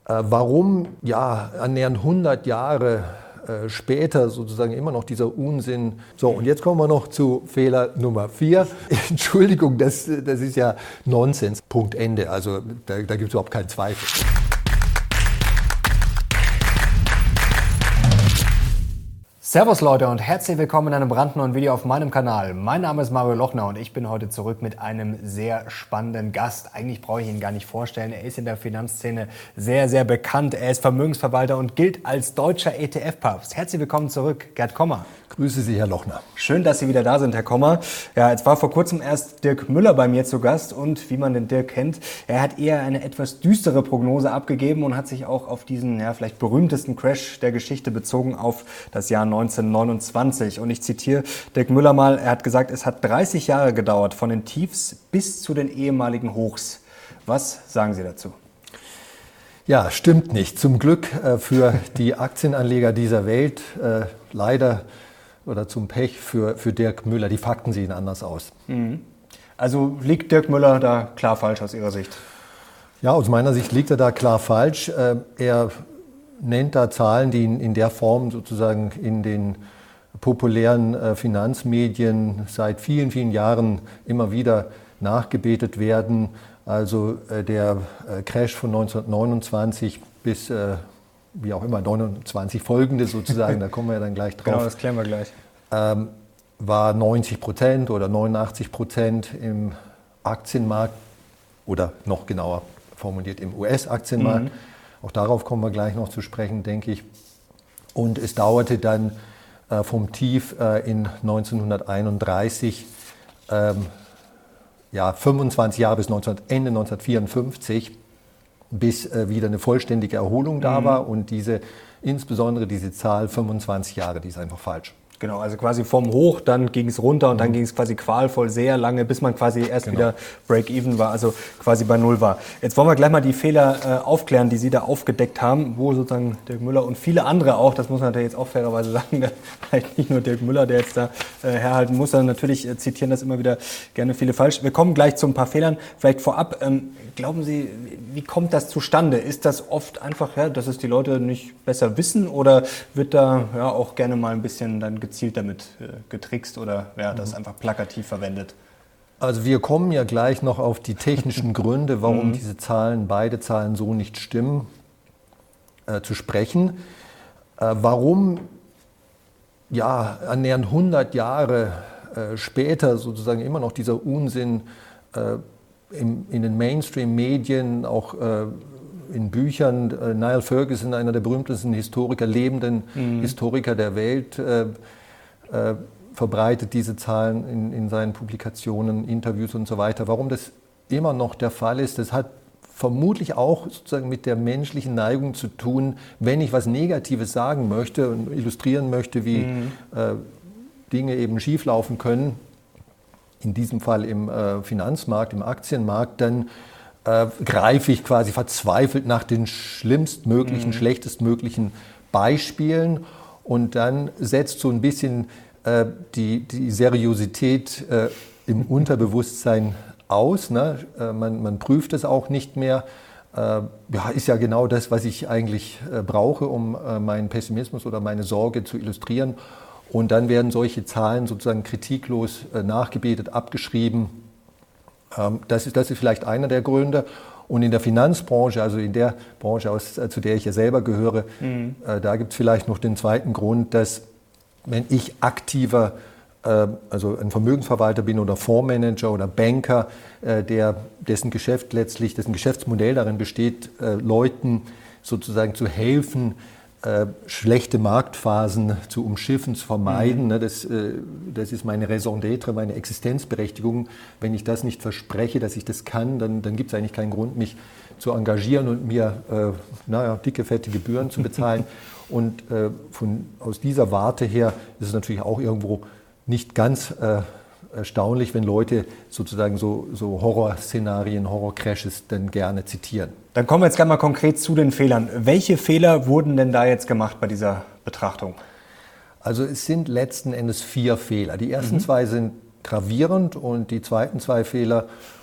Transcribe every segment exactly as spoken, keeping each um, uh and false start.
Warum ja annähernd hundert Jahre später sozusagen immer noch dieser Unsinn. So, und jetzt kommen wir noch zu Fehler Nummer vier. Entschuldigung, das, das ist ja Nonsens. Punkt, Ende. Also da, da gibt es überhaupt keinen Zweifel. Servus Leute und herzlich willkommen in einem brandneuen Video auf meinem Kanal. Mein Name ist Mario Lochner und ich bin heute zurück mit einem sehr spannenden Gast. Eigentlich brauche ich ihn gar nicht vorstellen. Er ist in der Finanzszene sehr, sehr bekannt. Er ist Vermögensverwalter und gilt als deutscher E T F-Papst. Herzlich willkommen zurück, Gerd Kommer. Grüße Sie, Herr Lochner. Schön, dass Sie wieder da sind, Herr Kommer. Ja, jetzt war vor kurzem erst Dirk Müller bei mir zu Gast und wie man den Dirk kennt, er hat eher eine etwas düstere Prognose abgegeben und hat sich auch auf diesen, ja, vielleicht berühmtesten Crash der Geschichte bezogen auf das Jahr neunzehnhundertneunundzwanzig. Und ich zitiere Dirk Müller mal, er hat gesagt, es hat dreißig Jahre gedauert, von den Tiefs bis zu den ehemaligen Hochs. Was sagen Sie dazu? Ja, stimmt nicht. Zum Glück äh, für die Aktienanleger dieser Welt, äh, leider oder zum Pech für, für Dirk Müller. Die Fakten sehen anders aus. Mhm. Also liegt Dirk Müller da klar falsch aus Ihrer Sicht? Ja, aus meiner Sicht liegt er da klar falsch. Äh, er nennt da Zahlen, die in, in der Form sozusagen in den populären äh, Finanzmedien seit vielen, vielen Jahren immer wieder nachgebetet werden. Also äh, der äh, Crash von neunzehnhundertneunundzwanzig bis äh, wie auch immer, neunundzwanzig folgende sozusagen, da kommen wir ja dann gleich drauf. Genau, das klären wir gleich. Ähm, war neunzig Prozent oder neunundachtzig Prozent im Aktienmarkt oder noch genauer formuliert im U S-Aktienmarkt. Mhm. Auch darauf kommen wir gleich noch zu sprechen, denke ich. Und es dauerte dann äh, vom Tief äh, in neunzehnhunderteinunddreißig ähm, ja, fünfundzwanzig Jahre bis neunzehn, Ende neunzehnhundertvierundfünfzig, bis äh, wieder eine vollständige Erholung da war. Und diese, insbesondere diese Zahl fünfundzwanzig Jahre, die ist einfach falsch. Genau, also quasi vom Hoch, dann ging es runter und dann ging es quasi qualvoll sehr lange, bis man quasi erst genau. wieder Break-Even war, also quasi bei Null war. Jetzt wollen wir gleich mal die Fehler äh, aufklären, die Sie da aufgedeckt haben, wo sozusagen Dirk Müller und viele andere auch, das muss man natürlich jetzt auch fairerweise sagen, vielleicht nicht nur Dirk Müller, der jetzt da äh, herhalten muss, sondern natürlich äh, zitieren das immer wieder gerne viele falsch. Wir kommen gleich zu ein paar Fehlern. Vielleicht vorab, ähm, glauben Sie, wie kommt das zustande? Ist das oft einfach, ja, dass es die Leute nicht besser wissen oder wird da ja auch gerne mal ein bisschen dann gezielt damit äh, getrickst oder ja, das einfach plakativ verwendet? Also wir kommen ja gleich noch auf die technischen Gründe, warum mhm. diese Zahlen, beide Zahlen so nicht stimmen, äh, zu sprechen. Äh, warum ja annähernd hundert Jahre äh, später sozusagen immer noch dieser Unsinn äh, im, in den Mainstream-Medien, auch äh, in Büchern, äh, Niall Ferguson, einer der berühmtesten Historiker, lebenden mhm. Historiker der Welt, äh, äh, verbreitet diese Zahlen in, in seinen Publikationen, Interviews und so weiter. Warum das immer noch der Fall ist, das hat vermutlich auch sozusagen mit der menschlichen Neigung zu tun, wenn ich was Negatives sagen möchte und illustrieren möchte, wie mhm. äh, Dinge eben schieflaufen können, in diesem Fall im äh, Finanzmarkt, im Aktienmarkt, dann äh, greife ich quasi verzweifelt nach den schlimmstmöglichen, mhm. schlechtestmöglichen Beispielen und dann setzt so ein bisschen äh, die, die Seriosität äh, im Unterbewusstsein aus. Ne? Äh, man, man prüft es auch nicht mehr. Äh, ja, ist ja genau das, was ich eigentlich äh, brauche, um äh, meinen Pessimismus oder meine Sorge zu illustrieren. Und dann werden solche Zahlen sozusagen kritiklos äh, nachgebetet, abgeschrieben. Ähm, das ist, das ist vielleicht einer der Gründe. Und in der Finanzbranche, also in der Branche, aus, äh, zu der ich ja selber gehöre, mhm. äh, da gibt es vielleicht noch den zweiten Grund, dass wenn ich aktiver, äh, also ein Vermögensverwalter bin oder Fondsmanager oder Banker, äh, der, dessen Geschäft letztlich, dessen Geschäftsmodell darin besteht, äh, Leuten sozusagen zu helfen, Äh, schlechte Marktphasen zu umschiffen, zu vermeiden. Mhm. Ne, das, äh, das ist meine Raison d'être, meine Existenzberechtigung. Wenn ich das nicht verspreche, dass ich das kann, dann, dann gibt es eigentlich keinen Grund, mich zu engagieren und mir äh, naja, dicke, fette Gebühren zu bezahlen. Und äh, von, aus dieser Warte her ist es natürlich auch irgendwo nicht ganz äh, erstaunlich, wenn Leute sozusagen so, so Horrorszenarien, Horrorcrashes dann gerne zitieren. Dann kommen wir jetzt gerne mal konkret zu den Fehlern. Welche Fehler wurden denn da jetzt gemacht bei dieser Betrachtung? Also es sind letzten Endes vier Fehler. Die ersten mhm. zwei sind gravierend und die zweiten zwei Fehler,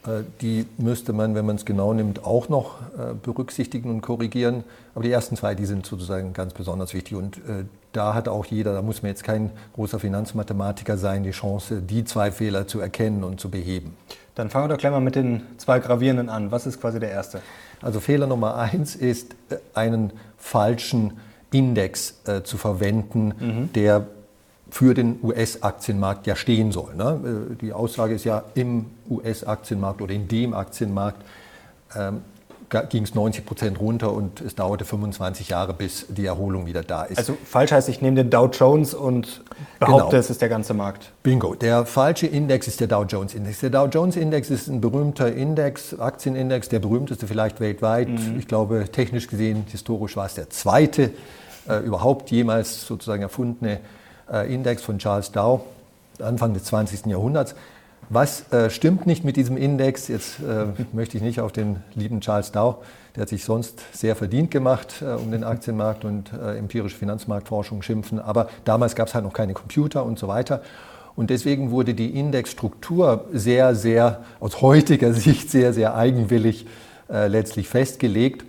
Die müsste man, wenn man es genau nimmt, auch noch berücksichtigen und korrigieren. Aber die ersten zwei, die sind sozusagen ganz besonders wichtig. Und da hat auch jeder, da muss man jetzt kein großer Finanzmathematiker sein, die Chance, die zwei Fehler zu erkennen und zu beheben. Dann fangen wir doch gleich mal mit den zwei gravierenden an. Was ist quasi der erste? Also Fehler Nummer eins ist, einen falschen Index äh, zu verwenden, mhm. der für den U S-Aktienmarkt ja stehen soll. Ne? Die Aussage ist ja, im U S-Aktienmarkt oder in dem Aktienmarkt ähm, ging es neunzig Prozent runter und es dauerte fünfundzwanzig Jahre, bis die Erholung wieder da ist. Also falsch heißt, ich nehme den Dow Jones und behaupte, genau. Es ist der ganze Markt. Bingo. Der falsche Index ist der Dow Jones Index. Der Dow Jones Index ist ein berühmter Index, Aktienindex, der berühmteste vielleicht weltweit. Mhm. Ich glaube, technisch gesehen, historisch war es der zweite äh, überhaupt jemals sozusagen erfundene äh, Index von Charles Dow, Anfang des zwanzigsten Jahrhunderts. Was äh, stimmt nicht mit diesem Index? Jetzt äh, möchte ich nicht auf den lieben Charles Dow, der hat sich sonst sehr verdient gemacht äh, um den Aktienmarkt und äh, empirische Finanzmarktforschung schimpfen, aber damals gab es halt noch keine Computer und so weiter. Und deswegen wurde die Indexstruktur sehr, sehr, aus heutiger Sicht sehr, sehr eigenwillig äh, letztlich festgelegt.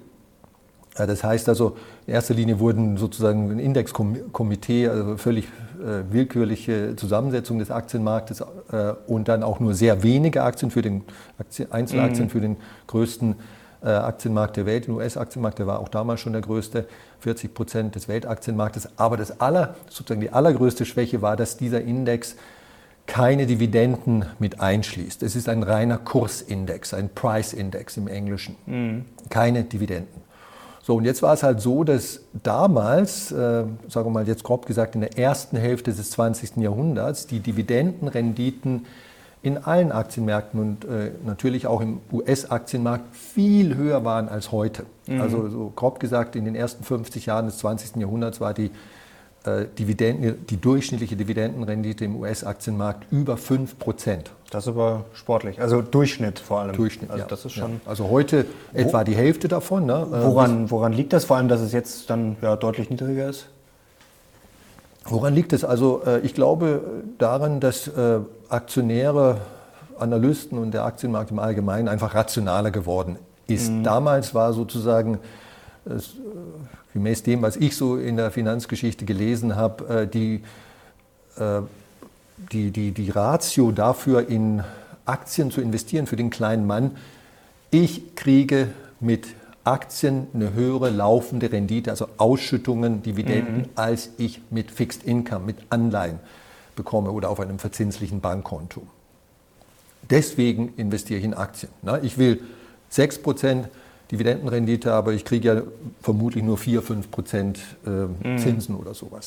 Äh, das heißt also, in erster Linie wurden sozusagen ein Indexkomitee, also völlig äh, willkürliche Zusammensetzung des Aktienmarktes äh, und dann auch nur sehr wenige Aktien für den Aktien, Einzelaktien mhm. für den größten äh, Aktienmarkt der Welt, den U S-Aktienmarkt, der war auch damals schon der größte, vierzig Prozent des Weltaktienmarktes. Aber das aller, sozusagen die allergrößte Schwäche war, dass dieser Index keine Dividenden mit einschließt. Es ist ein reiner Kursindex, ein Price-Index im Englischen, mhm. keine Dividenden. So, und jetzt war es halt so, dass damals, äh, sagen wir mal jetzt grob gesagt, in der ersten Hälfte des zwanzigsten Jahrhunderts die Dividendenrenditen in allen Aktienmärkten und äh, natürlich auch im U S-Aktienmarkt viel höher waren als heute. Mhm. Also so grob gesagt, in den ersten fünfzig Jahren des zwanzigsten Jahrhunderts war die, äh, Dividenden, die durchschnittliche Dividendenrendite im U S-Aktienmarkt über fünf Prozent. Das ist aber sportlich, also Durchschnitt vor allem. Durchschnitt, also ja. Das ist schon ja. Also heute wo, etwa die Hälfte davon. Ne? Woran, woran liegt das vor allem, dass es jetzt dann ja, deutlich niedriger ist? Woran liegt es? Also ich glaube daran, dass Aktionäre, Analysten und der Aktienmarkt im Allgemeinen einfach rationaler geworden ist. Mhm. Damals war sozusagen, gemäß dem, was ich so in der Finanzgeschichte gelesen habe, die Die, die, die Ratio dafür, in Aktien zu investieren für den kleinen Mann, ich kriege mit Aktien eine höhere laufende Rendite, also Ausschüttungen, Dividenden, mhm. als ich mit Fixed Income, mit Anleihen bekomme oder auf einem verzinslichen Bankkonto. Deswegen investiere ich in Aktien. Ich will sechs Prozent Dividendenrendite, aber ich kriege ja vermutlich nur vier, fünf Prozent Zinsen mhm. oder sowas.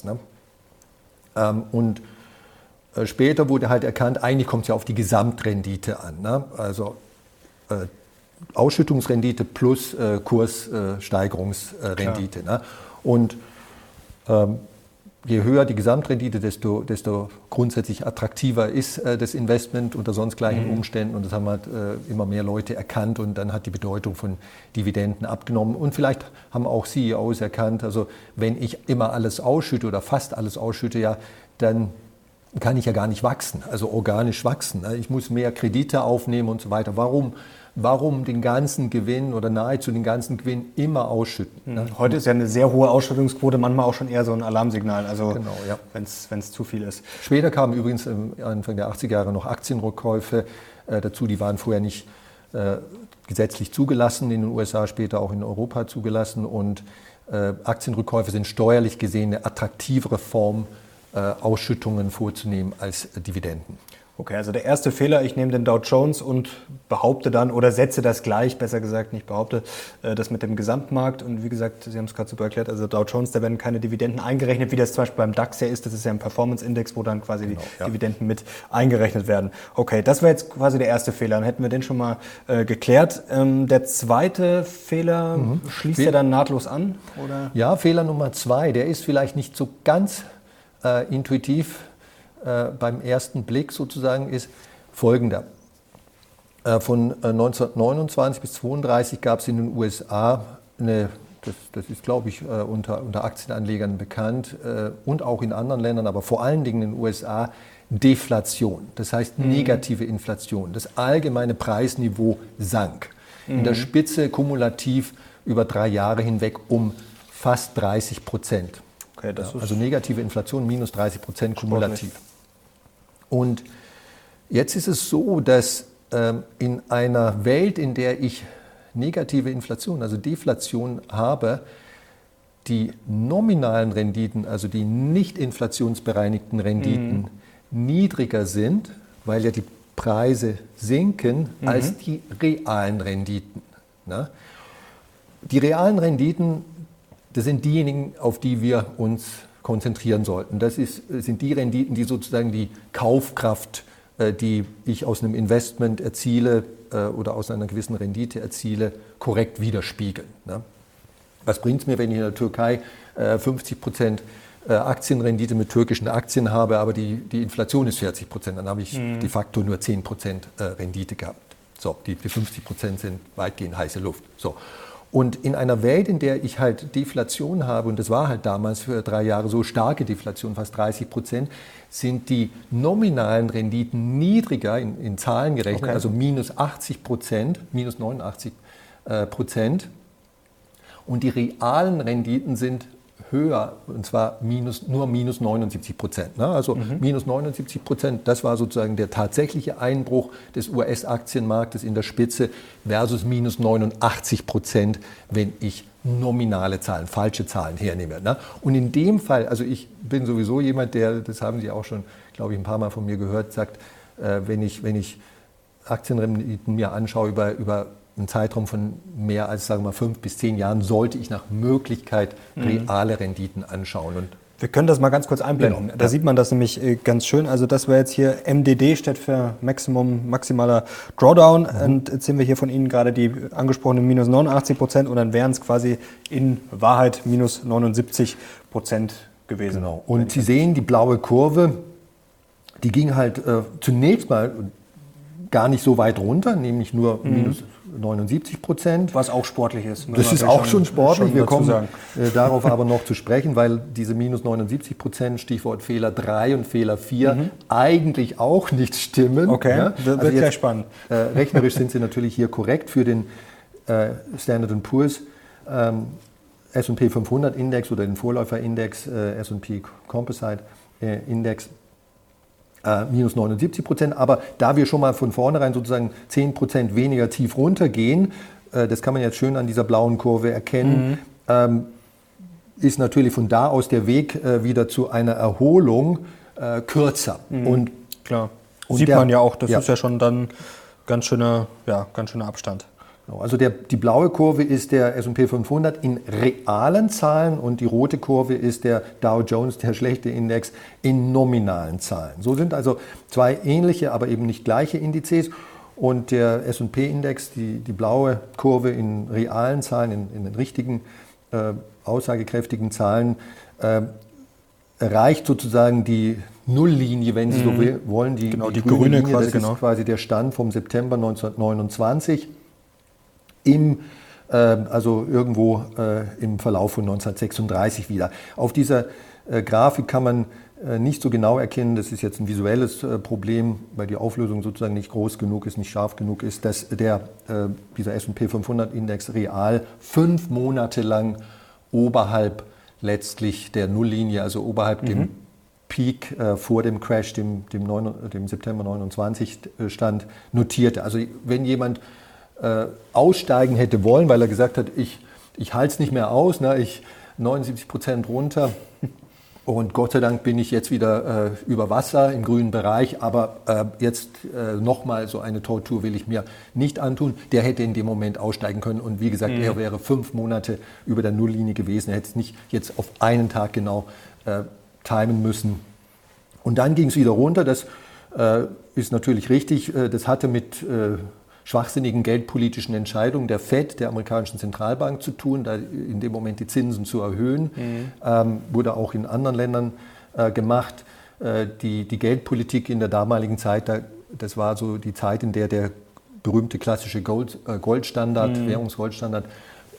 Und später wurde halt erkannt, eigentlich kommt es ja auf die Gesamtrendite an. Ne? Also äh, Ausschüttungsrendite plus äh, Kurssteigerungsrendite. Äh, ne? Und ähm, je höher die Gesamtrendite, desto, desto grundsätzlich attraktiver ist äh, das Investment unter sonst gleichen mhm. Umständen. Und das haben halt äh, immer mehr Leute erkannt und dann hat die Bedeutung von Dividenden abgenommen. Und vielleicht haben auch C E Os erkannt, also wenn ich immer alles ausschütte oder fast alles ausschütte, ja, dann kann ich ja gar nicht wachsen, also organisch wachsen. Ich muss mehr Kredite aufnehmen und so weiter. Warum, warum den ganzen Gewinn oder nahezu den ganzen Gewinn immer ausschütten? Mhm. Heute ist ja eine sehr hohe Ausschüttungsquote, manchmal auch schon eher so ein Alarmsignal, also genau, ja. wenn es zu viel ist. Später kamen übrigens Anfang der achtziger Jahre noch Aktienrückkäufe äh, dazu, die waren vorher nicht äh, gesetzlich zugelassen, in den U S A, später auch in Europa zugelassen. Und äh, Aktienrückkäufe sind steuerlich gesehen eine attraktivere Form, Ausschüttungen vorzunehmen als Dividenden. Okay, also der erste Fehler, ich nehme den Dow Jones und behaupte dann oder setze das gleich, besser gesagt nicht behaupte, das mit dem Gesamtmarkt. Und wie gesagt, Sie haben es gerade super erklärt, also Dow Jones, da werden keine Dividenden eingerechnet, wie das zum Beispiel beim DAX ja ist. Das ist ja ein Performance-Index, wo dann quasi genau, die ja. Dividenden mit eingerechnet werden. Okay, das war jetzt quasi der erste Fehler. Dann hätten wir den schon mal äh, geklärt. Ähm, der zweite Fehler, mhm. schließt er dann nahtlos an? Oder? Ja, Fehler Nummer zwei, der ist vielleicht nicht so ganz äh, intuitiv äh, beim ersten Blick sozusagen, ist folgender. Äh, von äh, neunzehnhundertneunundzwanzig bis zweiunddreißig gab es in den U S A eine das, das ist, glaube ich, unter, unter Aktienanlegern bekannt und auch in anderen Ländern, aber vor allen Dingen in den U S A, Deflation, das heißt negative Inflation. Das allgemeine Preisniveau sank. In der Spitze kumulativ über drei Jahre hinweg um fast dreißig Prozent. Okay, das ja, also negative Inflation minus dreißig Prozent kumulativ. Sportlich. Und jetzt ist es so, dass ähm, in einer Welt, in der ich negative Inflation, also Deflation habe, die nominalen Renditen, also die nicht inflationsbereinigten Renditen, mhm. niedriger sind, weil ja die Preise sinken, mhm. als die realen Renditen. Ne? Die realen Renditen, das sind diejenigen, auf die wir uns konzentrieren sollten. Das ist, sind die Renditen, die sozusagen die Kaufkraft, die ich aus einem Investment erziele oder aus einer gewissen Rendite erziele, korrekt widerspiegeln. Ne? Was bringt es mir, wenn ich in der Türkei fünfzig Prozent Aktienrendite mit türkischen Aktien habe, aber die, die Inflation ist vierzig Prozent, dann habe ich mhm. de facto nur zehn Prozent Rendite gehabt. So, die, die fünfzig Prozent sind weitgehend heiße Luft. So. Und in einer Welt, in der ich halt Deflation habe, und das war halt damals für drei Jahre so starke Deflation, fast dreißig Prozent, sind die nominalen Renditen niedriger, in, in Zahlen gerechnet, okay. also minus achtzig Prozent, minus neunundachtzig Prozent. Und die realen Renditen sind höher, und zwar minus, nur minus neunundsiebzig Prozent. Ne? Also mhm. minus neunundsiebzig Prozent, das war sozusagen der tatsächliche Einbruch des U S-Aktienmarktes in der Spitze versus minus neunundachtzig Prozent, wenn ich nominale Zahlen, falsche Zahlen hernehme. Ne? Und in dem Fall, also ich bin sowieso jemand, der, das haben Sie auch schon, glaube ich, ein paar Mal von mir gehört, sagt, äh, wenn ich, wenn ich Aktienrenditen mir anschaue über, über einen Zeitraum von mehr als, sagen wir mal, fünf bis zehn Jahren, sollte ich nach Möglichkeit reale Renditen anschauen. Und wir können das mal ganz kurz einblenden. Genau. Da sieht man das nämlich ganz schön. Also das wäre jetzt hier M D D, steht für Maximum, maximaler Drawdown. Mhm. Und jetzt sehen wir hier von Ihnen gerade die angesprochenen minus neunundachtzig Prozent und dann wären es quasi in Wahrheit minus neunundsiebzig Prozent gewesen. Genau. Und Sie sehen, die blaue Kurve, die ging halt äh, zunächst mal gar nicht so weit runter, nämlich nur mhm. minus neunundsiebzig Prozent. Was auch sportlich ist. Das ist auch schon sportlich. Wir kommen äh, darauf aber noch zu sprechen, weil diese minus neunundsiebzig Prozent, Stichwort Fehler drei und Fehler vier, mhm. eigentlich auch nicht stimmen. Okay, ja? Das wird also gleich spannend. Äh, rechnerisch sind sie natürlich hier korrekt für den äh, Standard and Poor's ähm, S und P fünfhundert Index oder den Vorläuferindex äh, S und P Composite äh, Index. Äh, minus neunundsiebzig Prozent, aber da wir schon mal von vornherein sozusagen zehn Prozent weniger tief runtergehen, äh, das kann man jetzt schön an dieser blauen Kurve erkennen, mhm. ähm, ist natürlich von da aus der Weg äh, wieder zu einer Erholung äh, kürzer. Mhm. Und, Klar, und sieht der, man ja auch, das ja. ist ja schon dann ganz schöner, ja, ganz schöner Abstand. Also der, die blaue Kurve ist der S und P fünfhundert in realen Zahlen und die rote Kurve ist der Dow Jones, der schlechte Index, in nominalen Zahlen. So sind also zwei ähnliche, aber eben nicht gleiche Indizes. Und der S und P-Index, die, die blaue Kurve in realen Zahlen, in, in den richtigen, äh, aussagekräftigen Zahlen, äh, erreicht sozusagen die Nulllinie, wenn Sie mhm. so wollen. Die, genau, die, die grüne, grüne Linie, quasi, das genau. ist quasi der Stand vom September neunzehnhundertneunundzwanzig. Im, äh, also irgendwo äh, im Verlauf von neunzehnhundertsechsunddreißig wieder. Auf dieser äh, Grafik kann man äh, nicht so genau erkennen, das ist jetzt ein visuelles äh, Problem, weil die Auflösung sozusagen nicht groß genug ist, nicht scharf genug ist, dass der, äh, dieser S und P fünfhundert Index real fünf Monate lang oberhalb letztlich der Nulllinie, also oberhalb mhm. dem Peak äh, vor dem Crash, dem, dem, neun, dem September neunundzwanzig stand, notierte. Also wenn jemand Äh, aussteigen hätte wollen, weil er gesagt hat, ich, ich halte es nicht mehr aus, ne, ich neunundsiebzig Prozent runter und Gott sei Dank bin ich jetzt wieder äh, über Wasser im grünen Bereich, aber äh, jetzt äh, nochmal so eine Tortur will ich mir nicht antun, der hätte in dem Moment aussteigen können und wie gesagt, mhm. er wäre fünf Monate über der Nulllinie gewesen, er hätte es nicht jetzt auf einen Tag genau äh, timen müssen. Und dann ging es wieder runter, das äh, ist natürlich richtig, äh, das hatte mit äh, schwachsinnigen geldpolitischen Entscheidungen der Fed, der amerikanischen Zentralbank, zu tun, da in dem Moment die Zinsen zu erhöhen. Mhm. Ähm, wurde auch in anderen Ländern äh, gemacht. Äh, die, die Geldpolitik in der damaligen Zeit, da, das war so die Zeit, in der der berühmte klassische Gold, äh, Goldstandard, mhm. Währungsgoldstandard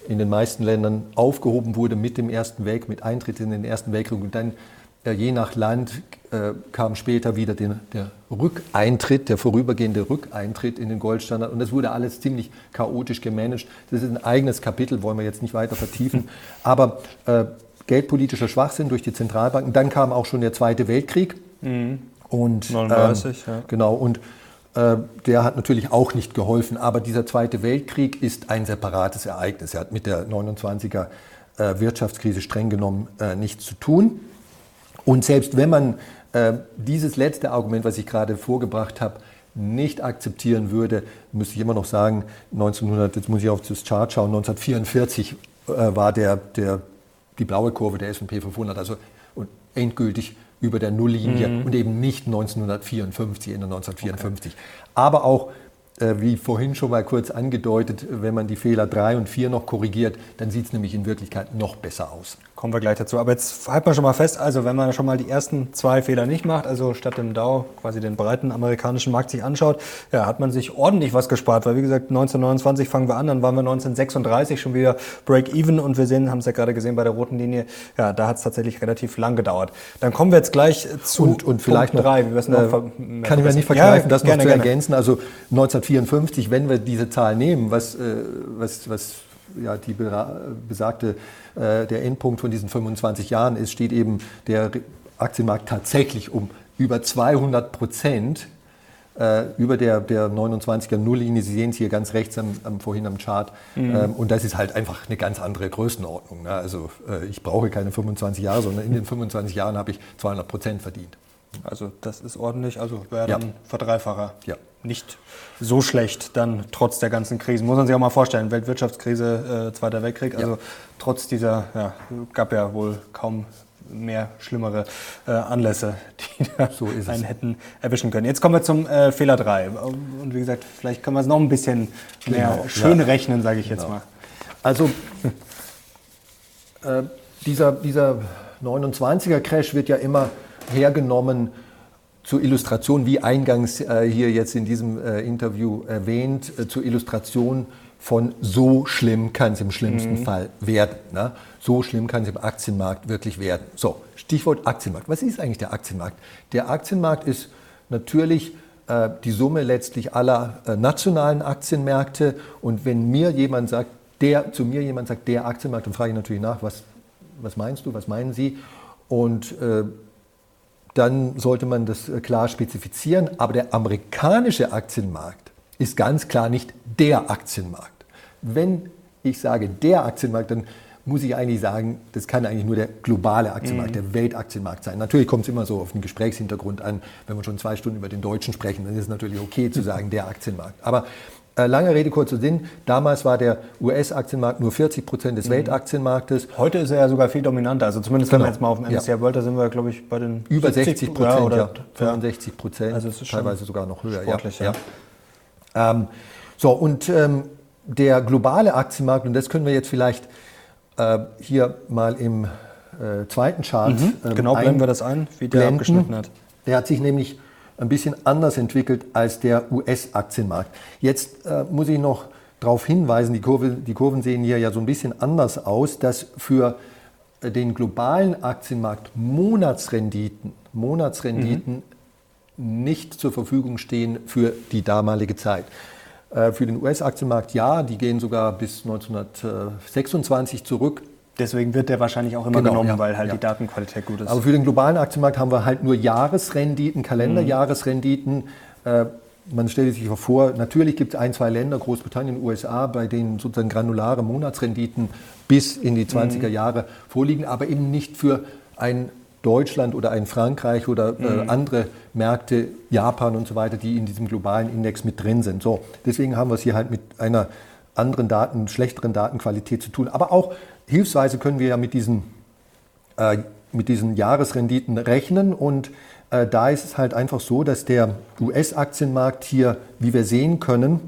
in den meisten Ländern aufgehoben wurde mit dem Ersten Weltkrieg, mit Eintritt in den Ersten Weltkrieg. Und dann äh, je nach Land äh, kam später wieder den, der Rückeintritt, der vorübergehende Rückeintritt in den Goldstandard. Und das wurde alles ziemlich chaotisch gemanagt. Das ist ein eigenes Kapitel, wollen wir jetzt nicht weiter vertiefen. Aber äh, geldpolitischer Schwachsinn durch die Zentralbanken. Dann kam auch schon der Zweite Weltkrieg. Mhm. Und, neununddreißig, ähm, ja. Genau, und äh, der hat natürlich auch nicht geholfen. Aber dieser Zweite Weltkrieg ist ein separates Ereignis. Er hat mit der neunundzwanziger äh, Wirtschaftskrise streng genommen äh, nichts zu tun. Und selbst wenn man äh, dieses letzte Argument, was ich gerade vorgebracht habe, nicht akzeptieren würde, müsste ich immer noch sagen, neunzehnhundert, jetzt muss ich auf das Chart schauen, neunzehnhundertvierundvierzig äh, war der, der, die blaue Kurve der S und P fünfhundert, also und endgültig über der Nulllinie mhm. und eben nicht neunzehnhundertvierundfünfzig, Ende neunzehnhundertvierundfünfzig. Okay. Aber auch, äh, wie vorhin schon mal kurz angedeutet, wenn man die Fehler drei und vier noch korrigiert, dann sieht es nämlich in Wirklichkeit noch besser aus. Kommen wir gleich dazu. Aber jetzt halten wir schon mal fest, also wenn man schon mal die ersten zwei Fehler nicht macht, also statt dem Dow quasi den breiten amerikanischen Markt sich anschaut, ja, hat man sich ordentlich was gespart, weil wie gesagt, neunzehnhundertneunundzwanzig fangen wir an, dann waren wir neunzehnhundertsechsunddreißig schon wieder Break-Even und wir sehen, haben es ja gerade gesehen bei der roten Linie, ja, da hat es tatsächlich relativ lang gedauert. Dann kommen wir jetzt gleich zu und, und vielleicht Punkt drei, wie wir es noch ver- kann ich mir nicht vergreifen, ja, das gerne, noch zu gerne. ergänzen. Also neunzehnhundertvierundfünfzig, wenn wir diese Zahl nehmen, was, äh, was, was ja, die besagte, äh, der Endpunkt von diesen fünfundzwanzig Jahren ist, steht eben der Aktienmarkt tatsächlich um über zweihundert Prozent äh, über der, der neunundzwanziger Nulllinie. Sie sehen es hier ganz rechts am, am, vorhin am Chart. Mhm. Ähm, und das ist halt einfach eine ganz andere Größenordnung. Ne? Also äh, ich brauche keine fünfundzwanzig Jahre, sondern in den fünfundzwanzig Jahren habe ich zweihundert Prozent verdient. Also das ist ordentlich, also wäre Ja. dann Verdreifacher. Ja. Nicht so schlecht dann trotz der ganzen Krisen. Muss man sich auch mal vorstellen, Weltwirtschaftskrise, äh, Zweiter Weltkrieg, also Ja. trotz dieser, ja, gab ja wohl kaum mehr schlimmere äh, Anlässe, die da So ist es. einen hätten erwischen können. Jetzt kommen wir zum äh, Fehler drei. Und wie gesagt, vielleicht können wir es noch ein bisschen mehr Genau, schön ja. rechnen, sage ich jetzt Genau. mal. Also äh, dieser, dieser neunundzwanziger Crash wird ja immer hergenommen zur Illustration, wie eingangs äh, hier jetzt in diesem äh, Interview erwähnt, äh, zur Illustration von so schlimm kann es im schlimmsten mhm. Fall werden. Ne? So schlimm kann es im Aktienmarkt wirklich werden. So, Stichwort Aktienmarkt. Was ist eigentlich der Aktienmarkt? Der Aktienmarkt ist natürlich äh, die Summe letztlich aller äh, nationalen Aktienmärkte. Und wenn mir jemand sagt, der, zu mir jemand sagt, der Aktienmarkt, dann frage ich natürlich nach, was, was meinst du, was meinen Sie? Und äh, dann sollte man das klar spezifizieren. Aber der amerikanische Aktienmarkt ist ganz klar nicht der Aktienmarkt. Wenn ich sage der Aktienmarkt, dann muss ich eigentlich sagen, das kann eigentlich nur der globale Aktienmarkt, mhm. der Weltaktienmarkt sein. Natürlich kommt es immer so auf den Gesprächshintergrund an. Wenn wir schon zwei Stunden über den Deutschen sprechen, dann ist es natürlich okay zu sagen, der Aktienmarkt. Aber äh, lange Rede, kurzer Sinn. Damals war der U S-Aktienmarkt nur vierzig Prozent des mhm. Weltaktienmarktes. Heute ist er ja sogar viel dominanter. Also zumindest genau. wenn wir jetzt mal auf dem M S C I Ja. World, da sind wir, glaube ich, bei den Über sechzig Prozent, ja, oder ja, fünfundsechzig Prozent, Also es ist schon teilweise sogar noch höher. sportlich, ja. Ja. Ähm, so, und ähm, der globale Aktienmarkt, und das können wir jetzt vielleicht äh, hier mal im äh, zweiten Chart mhm, ähm, genau, blenden wir das ein, wie der blenden. abgeschnitten hat. Der hat sich nämlich ein bisschen anders entwickelt als der U S-Aktienmarkt. Jetzt äh, muss ich noch darauf hinweisen, die, Kurve, die Kurven sehen hier ja so ein bisschen anders aus, dass für den globalen Aktienmarkt Monatsrenditen, Monatsrenditen mhm. nicht zur Verfügung stehen für die damalige Zeit. Äh, für den U S-Aktienmarkt ja, die gehen sogar bis neunzehnhundertsechsundzwanzig zurück. Deswegen wird der wahrscheinlich auch immer Genau, genommen, ja, weil halt ja. die Datenqualität gut ist. Aber für den globalen Aktienmarkt haben wir halt nur Jahresrenditen, Kalenderjahresrenditen. Äh, man stellt sich vor, natürlich gibt es ein, zwei Länder, Großbritannien, U S A, bei denen sozusagen granulare Monatsrenditen bis in die zwanziger Jahre vorliegen, aber eben nicht für ein Deutschland oder ein Frankreich oder äh, mhm. andere Märkte, Japan und so weiter, die in diesem globalen Index mit drin sind. So, deswegen haben wir es hier halt mit einer anderen Daten, schlechteren Datenqualität zu tun. Aber auch hilfsweise können wir ja mit diesen, äh, mit diesen Jahresrenditen rechnen. Und äh, da ist es halt einfach so, dass der U S-Aktienmarkt hier, wie wir sehen können,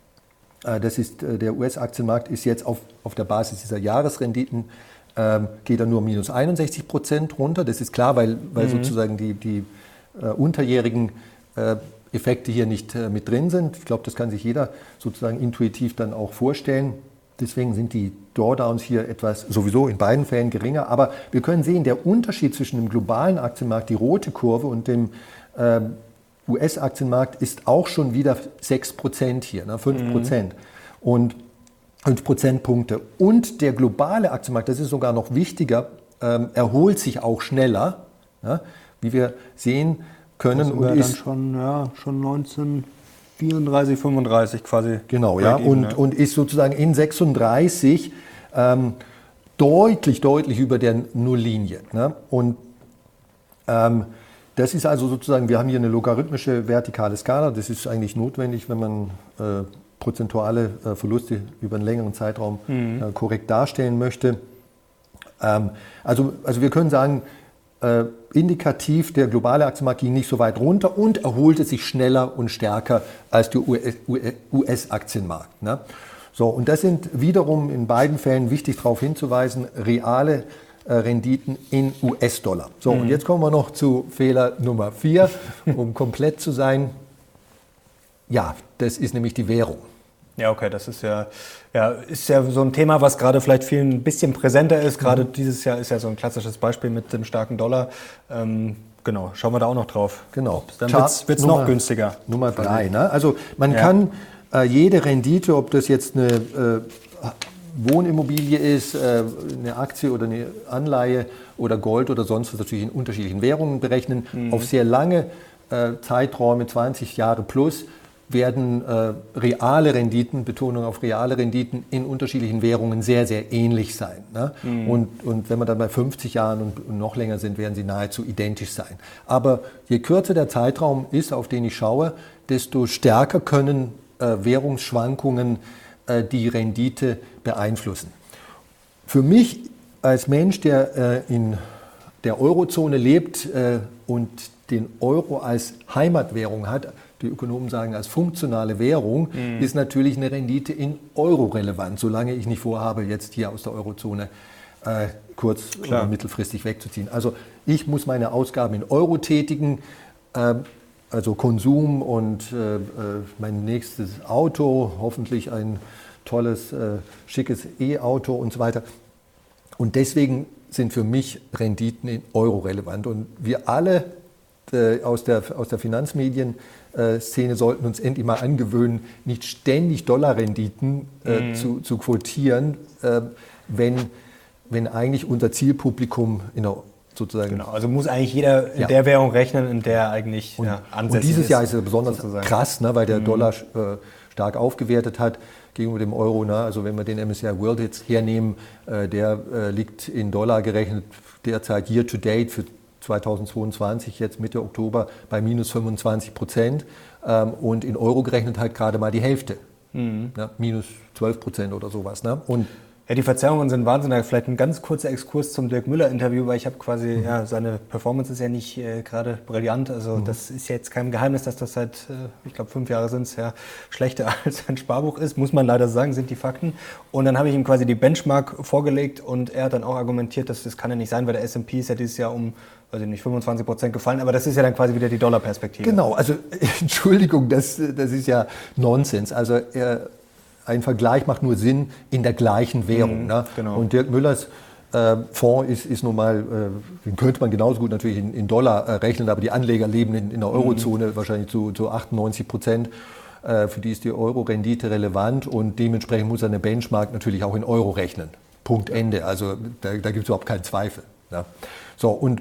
äh, das ist, äh, der U S-Aktienmarkt ist jetzt auf, auf der Basis dieser Jahresrenditen, äh, geht er nur minus einundsechzig Prozent runter. Das ist klar, weil, weil mhm. sozusagen die, die äh, unterjährigen äh, Effekte hier nicht äh, mit drin sind. Ich glaube, das kann sich jeder sozusagen intuitiv dann auch vorstellen. Deswegen sind die Drawdowns hier etwas sowieso in beiden Fällen geringer. Aber wir können sehen, der Unterschied zwischen dem globalen Aktienmarkt, die rote Kurve, und dem äh, U S-Aktienmarkt ist auch schon wieder sechs Prozent hier, ne, fünf Prozent. Mhm. Und fünf Prozentpunkte. Und der globale Aktienmarkt, das ist sogar noch wichtiger, ähm, erholt sich auch schneller, ja, wie wir sehen können. Und ist dann schon, ja, schon neunzehnhundertvierunddreißig, fünfunddreißig quasi. Genau, ja, und, ne? und ist sozusagen in sechsunddreißig ähm, deutlich, deutlich über der Nulllinie. Ne? Und ähm, das ist also sozusagen, wir haben hier eine logarithmische vertikale Skala. Das ist eigentlich notwendig, wenn man äh, prozentuale äh, Verluste über einen längeren Zeitraum mhm. äh, korrekt darstellen möchte. Ähm, also, also wir können sagen, äh, indikativ, der globale Aktienmarkt ging nicht so weit runter und erholte sich schneller und stärker als der U S-Aktienmarkt. Ne? So, und das sind wiederum in beiden Fällen wichtig darauf hinzuweisen, reale äh, Renditen in U S-Dollar. So, mhm. und jetzt kommen wir noch zu Fehler Nummer vier, um komplett zu sein. Ja, das ist nämlich die Währung. Ja, okay, das ist ja, ja, ist ja so ein Thema, was gerade vielleicht vielen ein bisschen präsenter ist. Gerade mhm. dieses Jahr ist ja so ein klassisches Beispiel mit dem starken Dollar. Ähm, genau, schauen wir da auch noch drauf. Genau. Dann wird es noch günstiger. Nummer drei. Ne? Also man ja. kann äh, jede Rendite, ob das jetzt eine äh, Wohnimmobilie ist, äh, eine Aktie oder eine Anleihe oder Gold oder sonst was, natürlich in unterschiedlichen Währungen berechnen, mhm. auf sehr lange äh, Zeiträume, zwanzig Jahre plus, werden äh, reale Renditen, Betonung auf reale Renditen, in unterschiedlichen Währungen sehr, sehr ähnlich sein. Ne? Mhm. Und, und wenn wir dann bei fünfzig Jahren und, und noch länger sind, werden sie nahezu identisch sein. Aber je kürzer der Zeitraum ist, auf den ich schaue, desto stärker können äh, Währungsschwankungen äh, die Rendite beeinflussen. Für mich als Mensch, der äh, in der Eurozone lebt äh, und den Euro als Heimatwährung hat, die Ökonomen sagen als funktionale Währung, mhm. ist natürlich eine Rendite in Euro relevant, solange ich nicht vorhabe, jetzt hier aus der Eurozone äh, kurz- Klar. oder mittelfristig wegzuziehen. Also ich muss meine Ausgaben in Euro tätigen, äh, also Konsum und äh, mein nächstes Auto, hoffentlich ein tolles, äh, schickes E-Auto und so weiter. Und deswegen sind für mich Renditen in Euro relevant. Und wir alle äh, aus der, aus der Finanzmedien Szene sollten uns endlich mal angewöhnen, nicht ständig Dollarrenditen äh, mhm. zu, zu quotieren, äh, wenn, wenn eigentlich unser Zielpublikum in der sozusagen... Genau, also muss eigentlich jeder in ja. der Währung rechnen, in der eigentlich und, ja, ansässig ist. Und dieses ist, Jahr ist es besonders sozusagen. krass, ne, weil der mhm. Dollar äh, stark aufgewertet hat gegenüber dem Euro. Ne? Also wenn wir den M S C I World jetzt hernehmen, äh, der äh, liegt in Dollar gerechnet derzeit year to date für zweitausendzweiundzwanzig, jetzt Mitte Oktober, bei minus fünfundzwanzig Prozent ähm, und in Euro gerechnet halt gerade mal die Hälfte, mhm. ne? minus zwölf Prozent oder sowas. Ne? Und ja, die Verzerrungen sind Wahnsinn. Vielleicht ein ganz kurzer Exkurs zum Dirk Müller-Interview, weil ich habe quasi, mhm. ja, seine Performance ist ja nicht äh, gerade brillant. Also mhm. das ist ja jetzt kein Geheimnis, dass das seit, äh, ich glaube, fünf Jahre sind es ja schlechter als ein Sparbuch ist, muss man leider sagen, sind die Fakten. Und dann habe ich ihm quasi die Benchmark vorgelegt und er hat dann auch argumentiert, dass das kann ja nicht sein, weil der S und P ist ja dieses Jahr um, weiß ich nicht, fünfundzwanzig Prozent gefallen, aber das ist ja dann quasi wieder die Dollarperspektive. Genau, also Entschuldigung, das, das ist ja Nonsens. Also er Ein Vergleich macht nur Sinn in der gleichen Währung. Mhm, ne? Genau. Und Dirk Müllers äh, Fonds ist, ist nun mal, äh, den könnte man genauso gut natürlich in, in Dollar äh, rechnen, aber die Anleger leben in, in der Eurozone mhm. wahrscheinlich zu, zu achtundneunzig Prozent. Äh, für die ist die Euro-Rendite relevant und dementsprechend muss er eine Benchmark natürlich auch in Euro rechnen. Punkt, Ende. Also da, da gibt es überhaupt keinen Zweifel. Ne? So, und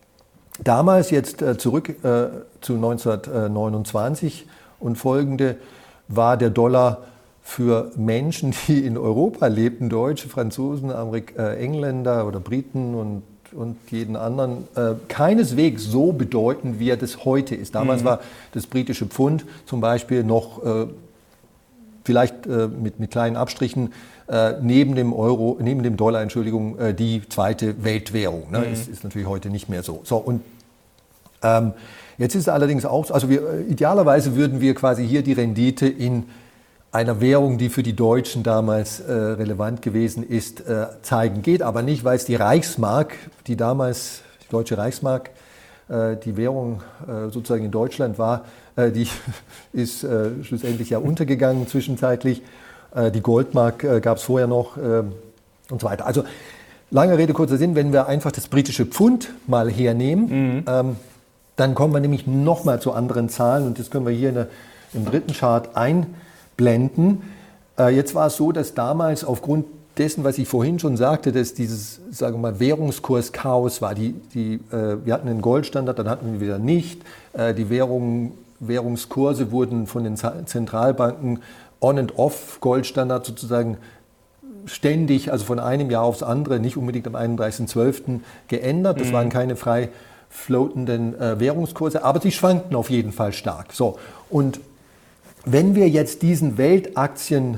damals jetzt äh, zurück äh, zu neunzehnhundertneunundzwanzig und folgende war der Dollar für Menschen, die in Europa lebten, Deutsche, Franzosen, Amerik äh, Engländer oder Briten und, und jeden anderen, äh, keineswegs so bedeutend, wie er das heute ist. Damals mhm. war das britische Pfund zum Beispiel noch, äh, vielleicht äh, mit, mit kleinen Abstrichen, äh, neben dem Euro, neben dem Dollar, Entschuldigung, äh, die zweite Weltwährung. Ne? Mhm. Ist, ist natürlich heute nicht mehr so. So und ähm, jetzt ist es allerdings auch so, also wir, idealerweise würden wir quasi hier die Rendite in einer Währung, die für die Deutschen damals äh, relevant gewesen ist, äh, zeigen. Geht aber nicht, weil es die Reichsmark, die damals, die deutsche Reichsmark, äh, die Währung äh, sozusagen in Deutschland war, äh, die ist äh, schlussendlich ja untergegangen zwischenzeitlich. Äh, die Goldmark äh, gab es vorher noch äh, und so weiter. Also lange Rede, kurzer Sinn, wenn wir einfach das britische Pfund mal hernehmen, mhm. ähm, dann kommen wir nämlich nochmal zu anderen Zahlen und das können wir hier in der, im dritten Chart einblenden. Äh, jetzt war es so, dass damals aufgrund dessen, was ich vorhin schon sagte, dass dieses, sagen wir mal, Währungskurs-Chaos war. Die, die, äh, wir hatten einen Goldstandard, dann hatten wir wieder nicht. Äh, die Währung, Währungskurse wurden von den Zentralbanken on and off Goldstandard sozusagen ständig, also von einem Jahr aufs andere, nicht unbedingt am einunddreißigsten zwölften geändert. Das mhm. waren keine frei floatenden äh, Währungskurse, aber sie schwankten auf jeden Fall stark. So, und wenn wir jetzt diesen Weltaktienindex,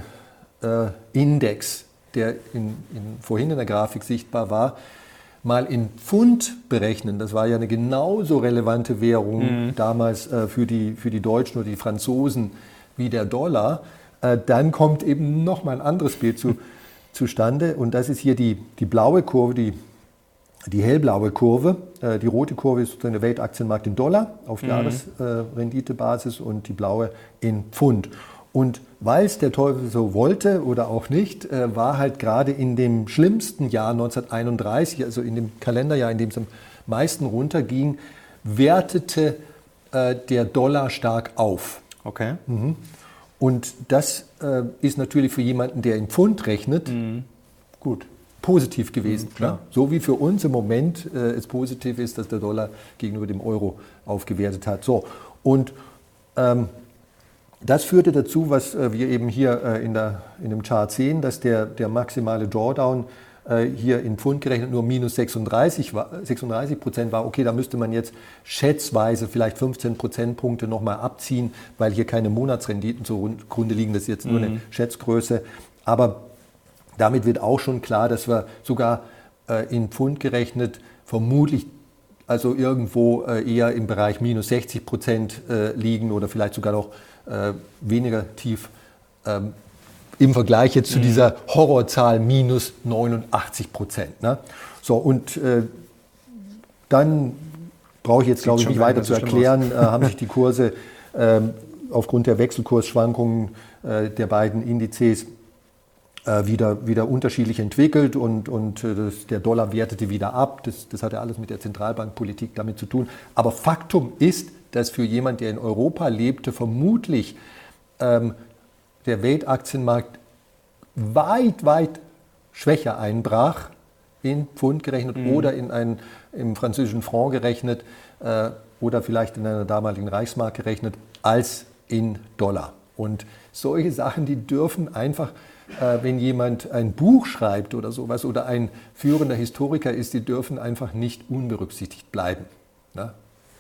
äh, der in, in, vorhin in der Grafik sichtbar war, mal in Pfund berechnen, das war ja eine genauso relevante Währung mhm. damals äh, für, die, für die Deutschen oder die Franzosen wie der Dollar, äh, dann kommt eben nochmal ein anderes Bild zu, zustande und das ist hier die, die blaue Kurve, die, die hellblaue Kurve. Äh, die rote Kurve ist sozusagen der Weltaktienmarkt in Dollar auf mhm. Jahresrenditebasis äh, und die blaue in Pfund. Und weil es der Teufel so wollte oder auch nicht, äh, war halt gerade in dem schlimmsten Jahr neunzehnhunderteinunddreißig, also in dem Kalenderjahr, in dem es am meisten runterging, wertete äh, der Dollar stark auf. Okay. Mhm. Und das äh, ist natürlich für jemanden, der in Pfund rechnet, mhm. gut, positiv gewesen. Mhm, klar. Ne? So wie für uns im Moment äh, es positiv ist, dass der Dollar gegenüber dem Euro aufgewertet hat. So. Und ähm, das führte dazu, was äh, wir eben hier äh, in, der, in dem Chart sehen, dass der, der maximale Drawdown äh, hier in Pfund gerechnet nur minus sechsunddreißig Prozent war. Okay, da müsste man jetzt schätzweise vielleicht fünfzehn Prozentpunkte nochmal abziehen, weil hier keine Monatsrenditen zugrunde liegen. Das ist jetzt nur mhm. eine Schätzgröße. Aber damit wird auch schon klar, dass wir sogar äh, in Pfund gerechnet vermutlich also irgendwo äh, eher im Bereich minus sechzig Prozent äh, liegen oder vielleicht sogar noch äh, weniger tief ähm, im Vergleich jetzt zu mhm. dieser Horrorzahl minus neunundachtzig Prozent. Ne? So, und äh, dann brauche ich jetzt, glaube ich, nicht weiter zu erklären, äh, haben sich die Kurse äh, aufgrund der Wechselkursschwankungen äh, der beiden Indizes äh, wieder, wieder unterschiedlich entwickelt und, und äh, das, der Dollar wertete wieder ab. Das, das hatte alles mit der Zentralbankpolitik damit zu tun. Aber Faktum ist, dass für jemanden, der in Europa lebte, vermutlich ähm, der Weltaktienmarkt weit, weit schwächer einbrach, in Pfund gerechnet mhm. oder in einen, im französischen Franc gerechnet äh, oder vielleicht in einer damaligen Reichsmark gerechnet, als in Dollar. Und solche Sachen, die dürfen einfach, äh, wenn jemand ein Buch schreibt oder sowas oder ein führender Historiker ist, die dürfen einfach nicht unberücksichtigt bleiben. Ne?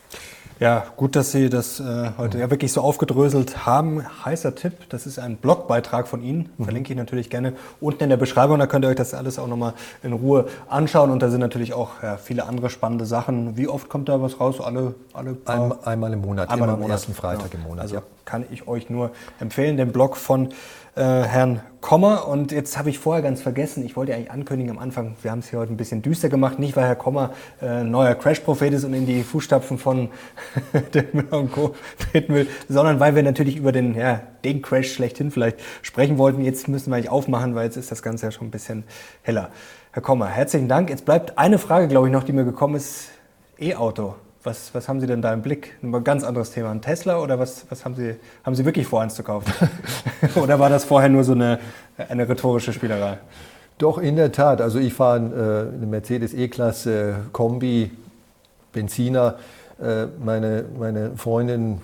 Ja, gut, dass Sie das äh, heute ja wirklich so aufgedröselt haben. Heißer Tipp, das ist ein Blogbeitrag von Ihnen. Mhm. Verlinke ich natürlich gerne unten in der Beschreibung. Da könnt ihr euch das alles auch nochmal in Ruhe anschauen. Und da sind natürlich auch ja, viele andere spannende Sachen. Wie oft kommt da was raus? Alle, alle paar? Einmal, einmal im Monat, einmal immer im Monat. am ersten Freitag ja. im Monat. Also ja. kann ich euch nur empfehlen, den Blog von äh, Herrn Kommer. Und jetzt habe ich vorher ganz vergessen, ich wollte eigentlich ankündigen am Anfang, wir haben es hier heute ein bisschen düster gemacht, nicht weil Herr Kommer äh, neuer Crash-Prophet ist und in die Fußstapfen von dem Müller und Co. treten will, sondern weil wir natürlich über den, ja, den Crash schlechthin vielleicht sprechen wollten. Jetzt müssen wir eigentlich aufmachen, weil jetzt ist das Ganze ja schon ein bisschen heller. Herr Kommer, herzlichen Dank. Jetzt bleibt eine Frage, glaube ich, noch, die mir gekommen ist. E-Auto. Was, was haben Sie denn da im Blick? Ein ganz anderes Thema. Ein Tesla oder was, was haben Sie, haben Sie wirklich vor, eins zu kaufen? Oder war das vorher nur so eine, eine rhetorische Spielerei? Doch, in der Tat. Also ich fahre äh, eine Mercedes E-Klasse, Kombi, Benziner. Äh, meine, meine Freundin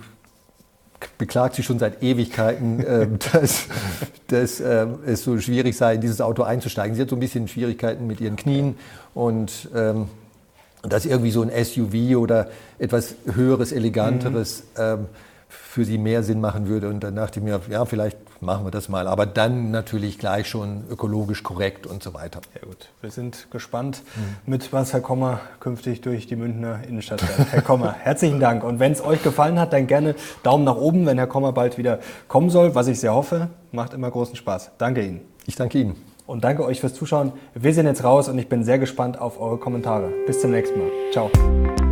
beklagt sich schon seit Ewigkeiten, äh, dass, dass äh, es so schwierig sei, in dieses Auto einzusteigen. Sie hat so ein bisschen Schwierigkeiten mit ihren Knien und ähm, dass irgendwie so ein S U V oder etwas Höheres, Eleganteres mhm. ähm, für sie mehr Sinn machen würde. Und dann dachte ich mir, ja, vielleicht machen wir das mal. Aber dann natürlich gleich schon ökologisch korrekt und so weiter. Ja gut, wir sind gespannt, mhm. mit was Herr Kommer künftig durch die Münchner Innenstadt fährt. Herr Kommer, herzlichen Dank. Und wenn es euch gefallen hat, dann gerne Daumen nach oben, wenn Herr Kommer bald wieder kommen soll, was ich sehr hoffe. Macht immer großen Spaß. Danke Ihnen. Ich danke Ihnen. Und danke euch fürs Zuschauen. Wir sind jetzt raus und ich bin sehr gespannt auf eure Kommentare. Bis zum nächsten Mal. Ciao.